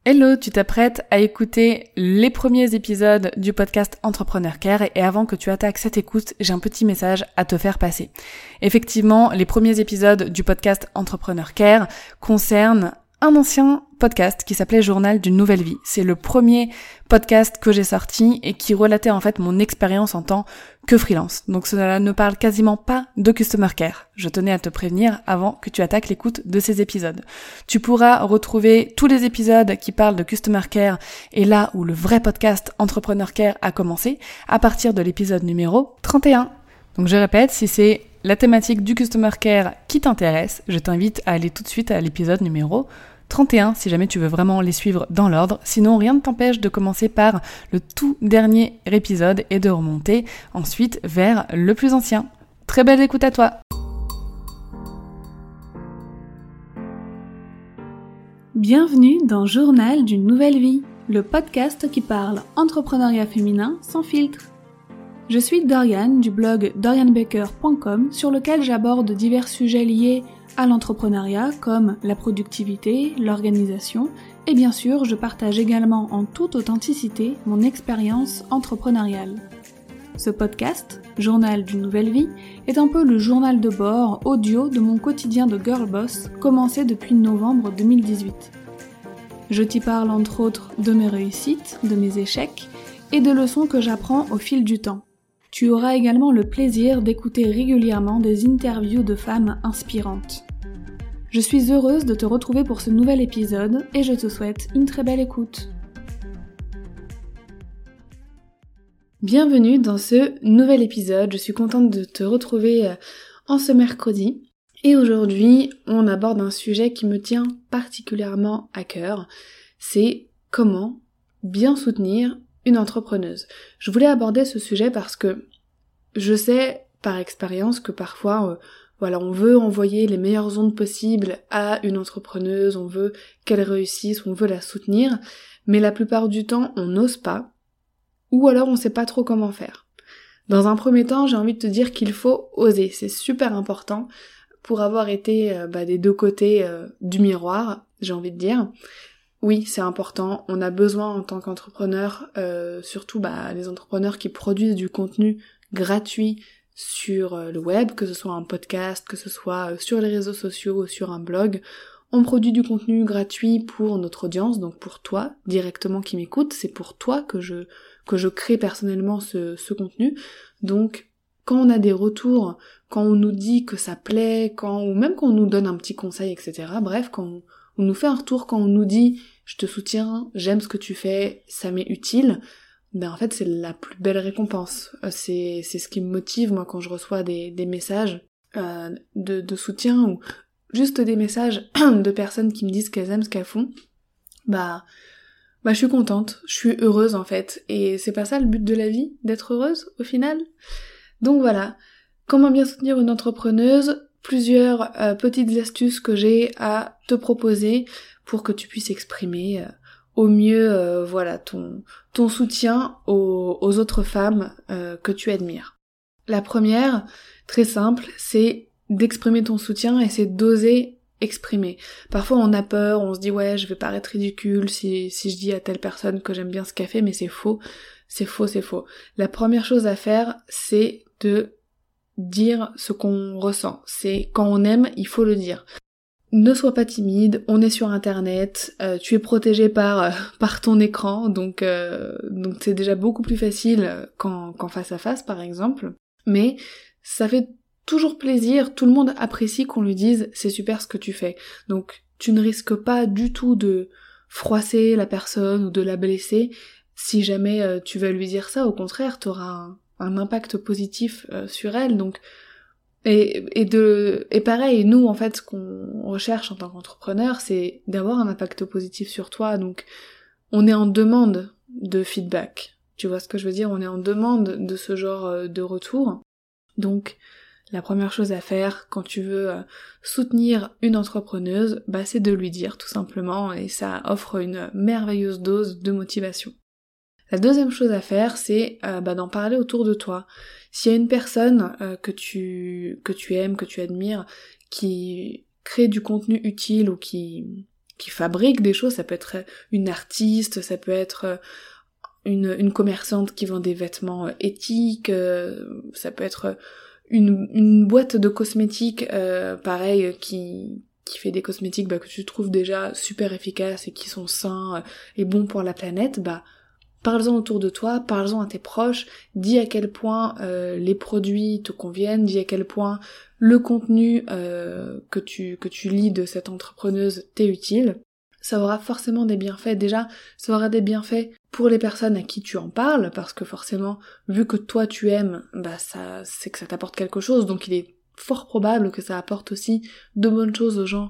Hello, tu t'apprêtes à écouter les premiers épisodes du podcast Entrepreneur Care et avant que tu attaques cette écoute, j'ai un petit message à te faire passer. Effectivement, les premiers épisodes du podcast Entrepreneur Care concernent un ancien podcast qui s'appelait Journal d'une nouvelle vie. C'est le premier podcast que j'ai sorti et qui relatait en fait mon expérience en tant que freelance. Donc cela ne parle quasiment pas de Customer Care. Je tenais à te prévenir avant que tu attaques l'écoute de ces épisodes. Tu pourras retrouver tous les épisodes qui parlent de Customer Care et là où le vrai podcast Entrepreneur Care a commencé, à partir de l'épisode numéro 31. Donc je répète, si c'est la thématique du Customer Care qui t'intéresse, je t'invite à aller tout de suite à l'épisode numéro 31 si jamais tu veux vraiment les suivre dans l'ordre. Sinon, rien ne t'empêche de commencer par le tout dernier épisode et de remonter ensuite vers le plus ancien. Très belle écoute à toi! Bienvenue dans Journal d'une nouvelle vie, le podcast qui parle entrepreneuriat féminin sans filtre. Je suis Dorian du blog dorianbaker.com sur lequel j'aborde divers sujets liés à l'entrepreneuriat comme la productivité, l'organisation et bien sûr je partage également en toute authenticité mon expérience entrepreneuriale. Ce podcast, Journal d'une nouvelle vie, est un peu le journal de bord audio de mon quotidien de girl boss commencé depuis novembre 2018. Je t'y parle entre autres de mes réussites, de mes échecs et de leçons que j'apprends au fil du temps. Tu auras également le plaisir d'écouter régulièrement des interviews de femmes inspirantes. Je suis heureuse de te retrouver pour ce nouvel épisode et je te souhaite une très belle écoute. Bienvenue dans ce nouvel épisode, je suis contente de te retrouver en ce mercredi. Et aujourd'hui, on aborde un sujet qui me tient particulièrement à cœur, c'est comment bien soutenir une entrepreneuse. Je voulais aborder ce sujet parce que je sais par expérience que parfois, on veut envoyer les meilleures ondes possibles à une entrepreneuse, on veut qu'elle réussisse, on veut la soutenir, mais la plupart du temps, on n'ose pas, ou alors on sait pas trop comment faire. Dans un premier temps, j'ai envie de te dire qu'il faut oser, c'est super important pour avoir été des deux côtés du miroir, j'ai envie de dire. Oui, c'est important, on a besoin en tant qu'entrepreneur, surtout les entrepreneurs qui produisent du contenu gratuit sur le web, que ce soit un podcast, que ce soit sur les réseaux sociaux ou sur un blog. On produit du contenu gratuit pour notre audience, donc pour toi directement qui m'écoute, c'est pour toi que je crée personnellement ce contenu. Donc quand on a des retours, quand on nous dit que ça plaît, ou même quand on nous donne un petit conseil, etc. Bref, quand on nous fait un retour, quand on nous dit « je te soutiens, j'aime ce que tu fais, ça m'est utile », en fait c'est la plus belle récompense. C'est ce qui me motive moi quand je reçois des messages de soutien ou juste des messages de personnes qui me disent qu'elles aiment ce qu'elles font. Je suis contente, je suis heureuse en fait. Et c'est pas ça le but de la vie, d'être heureuse au final ? Donc voilà, comment bien soutenir une entrepreneuse ? Plusieurs petites astuces que j'ai à te proposer pour que tu puisses exprimer au mieux ton soutien aux autres femmes que tu admires. La première, très simple, c'est d'exprimer ton soutien et c'est d'oser exprimer. Parfois on a peur, on se dit ouais je vais paraître ridicule si je dis à telle personne que j'aime bien ce qu'elle fait, mais c'est faux. La première chose à faire, c'est de dire ce qu'on ressent. C'est quand on aime, il faut le dire. Ne sois pas timide, on est sur internet, tu es protégé par ton écran, donc c'est déjà beaucoup plus facile qu'en face à face par exemple. Mais ça fait toujours plaisir, tout le monde apprécie qu'on lui dise c'est super ce que tu fais. Donc tu ne risques pas du tout de froisser la personne ou de la blesser si jamais tu vas lui dire ça, au contraire t'auras un impact positif sur elle. Donc et pareil, nous en fait ce qu'on recherche en tant qu'entrepreneur, c'est d'avoir un impact positif sur toi. Donc on est en demande de feedback. Tu vois ce que je veux dire ? On est en demande de ce genre de retour. Donc la première chose à faire quand tu veux soutenir une entrepreneuse, c'est de lui dire tout simplement, et ça offre une merveilleuse dose de motivation. La deuxième chose à faire, c'est d'en parler autour de toi. S'il y a une personne que tu aimes, que tu admires, qui crée du contenu utile ou qui qui fabrique des choses, ça peut être une artiste, ça peut être une commerçante qui vend des vêtements éthiques, ça peut être une boîte de cosmétiques, pareil, qui fait des cosmétiques que tu trouves déjà super efficaces et qui sont sains et bons pour la planète, parle-en autour de toi, parle-en à tes proches, dis à quel point les produits te conviennent, dis à quel point le contenu que tu lis de cette entrepreneuse t'est utile. Ça aura forcément des bienfaits. Déjà, ça aura des bienfaits pour les personnes à qui tu en parles, parce que forcément, vu que toi tu aimes, ça, c'est que ça t'apporte quelque chose, donc il est fort probable que ça apporte aussi de bonnes choses aux gens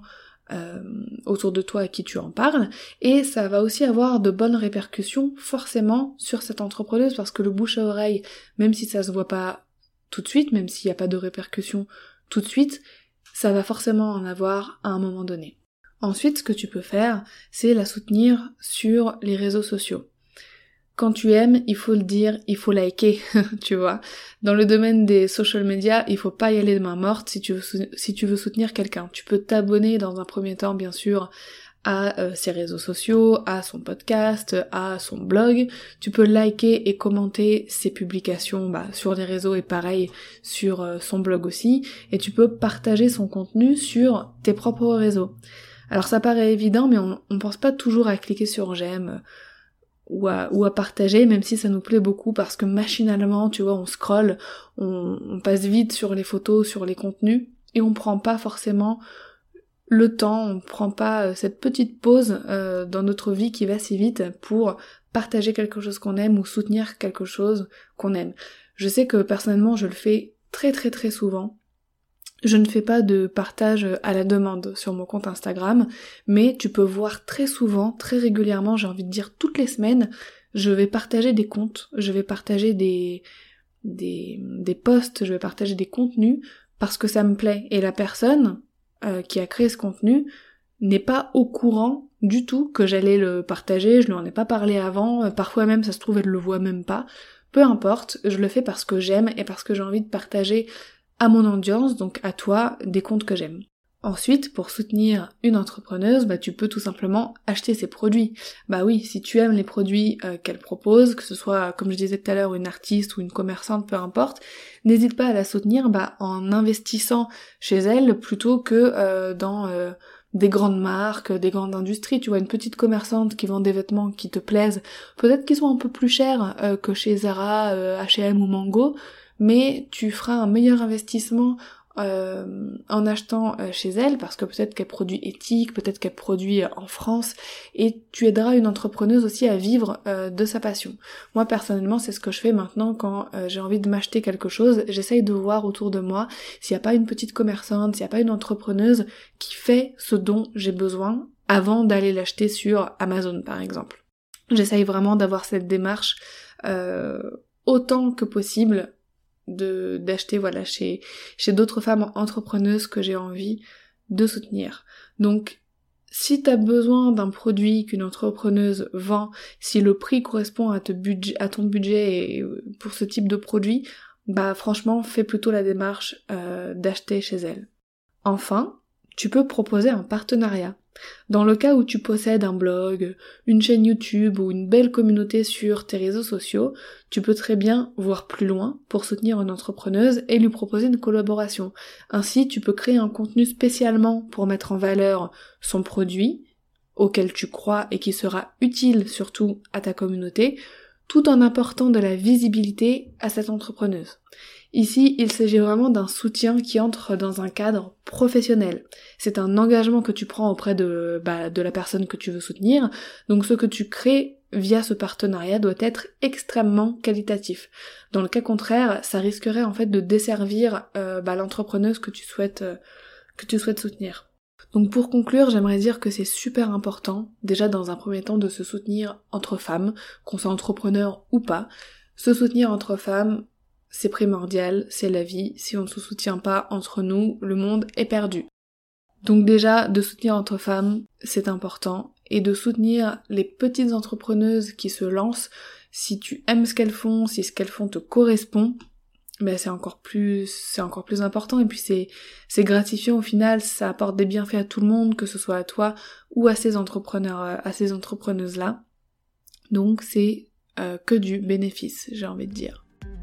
autour de toi à qui tu en parles, et ça va aussi avoir de bonnes répercussions forcément sur cette entrepreneuse, parce que le bouche à oreille, même si ça se voit pas tout de suite, même s'il n'y a pas de répercussions tout de suite, ça va forcément en avoir à un moment donné. Ensuite, ce que tu peux faire, c'est la soutenir sur les réseaux sociaux. Quand tu aimes, il faut le dire, il faut liker, tu vois. Dans le domaine des social media, il faut pas y aller de main morte si tu veux soutenir quelqu'un. Tu peux t'abonner dans un premier temps, bien sûr, à ses réseaux sociaux, à son podcast, à son blog. Tu peux liker et commenter ses publications sur les réseaux et pareil sur son blog aussi. Et tu peux partager son contenu sur tes propres réseaux. Alors ça paraît évident, mais on pense pas toujours à cliquer sur j'aime ou à partager, même si ça nous plaît beaucoup, parce que machinalement, tu vois, on scrolle, on passe vite sur les photos, sur les contenus, et on prend pas forcément le temps, on prend pas cette petite pause dans notre vie qui va si vite pour partager quelque chose qu'on aime ou soutenir quelque chose qu'on aime. Je sais que personnellement, je le fais très très très souvent. Je ne fais pas de partage à la demande sur mon compte Instagram, mais tu peux voir très souvent, très régulièrement, j'ai envie de dire toutes les semaines, je vais partager des comptes, je vais partager des posts, je vais partager des contenus parce que ça me plaît. Et la personne qui a créé ce contenu n'est pas au courant du tout que j'allais le partager, je lui en ai pas parlé avant, parfois même ça se trouve elle le voit même pas. Peu importe, je le fais parce que j'aime et parce que j'ai envie de partager à mon audience, donc à toi, des comptes que j'aime. Ensuite, pour soutenir une entrepreneuse, tu peux tout simplement acheter ses produits. Oui, si tu aimes les produits qu'elle propose, que ce soit, comme je disais tout à l'heure, une artiste ou une commerçante, peu importe, n'hésite pas à la soutenir en investissant chez elle plutôt que dans des grandes marques, des grandes industries. Tu vois, une petite commerçante qui vend des vêtements qui te plaisent, peut-être qu'ils sont un peu plus chers que chez Zara, H&M ou Mango, mais tu feras un meilleur investissement en achetant chez elle, parce que peut-être qu'elle produit éthique, peut-être qu'elle produit en France, et tu aideras une entrepreneuse aussi à vivre de sa passion. Moi personnellement, c'est ce que je fais maintenant quand j'ai envie de m'acheter quelque chose, j'essaye de voir autour de moi s'il n'y a pas une petite commerçante, s'il n'y a pas une entrepreneuse qui fait ce dont j'ai besoin avant d'aller l'acheter sur Amazon par exemple. J'essaye vraiment d'avoir cette démarche autant que possible d'acheter chez d'autres femmes entrepreneuses que j'ai envie de soutenir. Donc si t'as besoin d'un produit qu'une entrepreneuse vend, si le prix correspond à ton budget et pour ce type de produit, franchement fais plutôt la démarche d'acheter chez elle. Enfin, tu peux proposer un partenariat. Dans le cas où tu possèdes un blog, une chaîne YouTube ou une belle communauté sur tes réseaux sociaux, tu peux très bien voir plus loin pour soutenir une entrepreneuse et lui proposer une collaboration. Ainsi, tu peux créer un contenu spécialement pour mettre en valeur son produit, auquel tu crois et qui sera utile surtout à ta communauté, tout en apportant de la visibilité à cette entrepreneuse. Ici, il s'agit vraiment d'un soutien qui entre dans un cadre professionnel. C'est un engagement que tu prends auprès de la personne que tu veux soutenir, donc ce que tu crées via ce partenariat doit être extrêmement qualitatif. Dans le cas contraire, ça risquerait en fait de desservir l'entrepreneuse que tu souhaites soutenir. Donc pour conclure, j'aimerais dire que c'est super important, déjà dans un premier temps, de se soutenir entre femmes, qu'on soit entrepreneur ou pas. Se soutenir entre femmes, c'est primordial, c'est la vie. Si on ne se soutient pas entre nous, le monde est perdu. Donc déjà, de soutenir entre femmes, c'est important. Et de soutenir les petites entrepreneuses qui se lancent, si tu aimes ce qu'elles font, si ce qu'elles font te correspond, c'est encore plus important, et puis c'est gratifiant au final, ça apporte des bienfaits à tout le monde, que ce soit à toi ou à ces entrepreneurs, à ces entrepreneuses-là. Donc c'est que du bénéfice, j'ai envie de dire.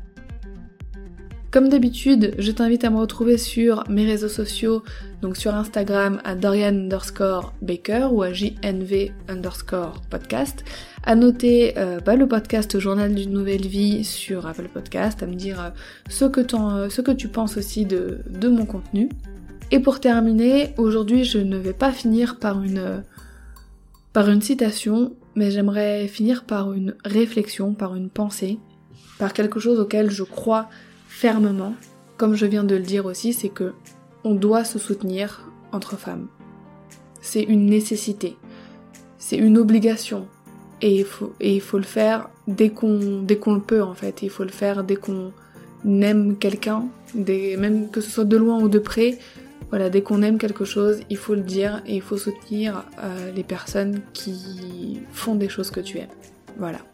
Comme d'habitude, je t'invite à me retrouver sur mes réseaux sociaux, donc sur Instagram à Dorian_Baker ou à JNV_podcast, à noter le podcast Journal d'une nouvelle vie sur Apple Podcast, à me dire ce que tu penses aussi de mon contenu. Et pour terminer, aujourd'hui je ne vais pas finir par une citation, mais j'aimerais finir par une réflexion, par une pensée, par quelque chose auquel je crois fermement. Comme je viens de le dire aussi, c'est que on doit se soutenir entre femmes. C'est une nécessité, c'est une obligation, et il faut le faire dès qu'on le peut en fait. Il faut le faire dès qu'on aime quelqu'un, même que ce soit de loin ou de près. Voilà, dès qu'on aime quelque chose, il faut le dire et il faut soutenir les personnes qui font des choses que tu aimes. Voilà.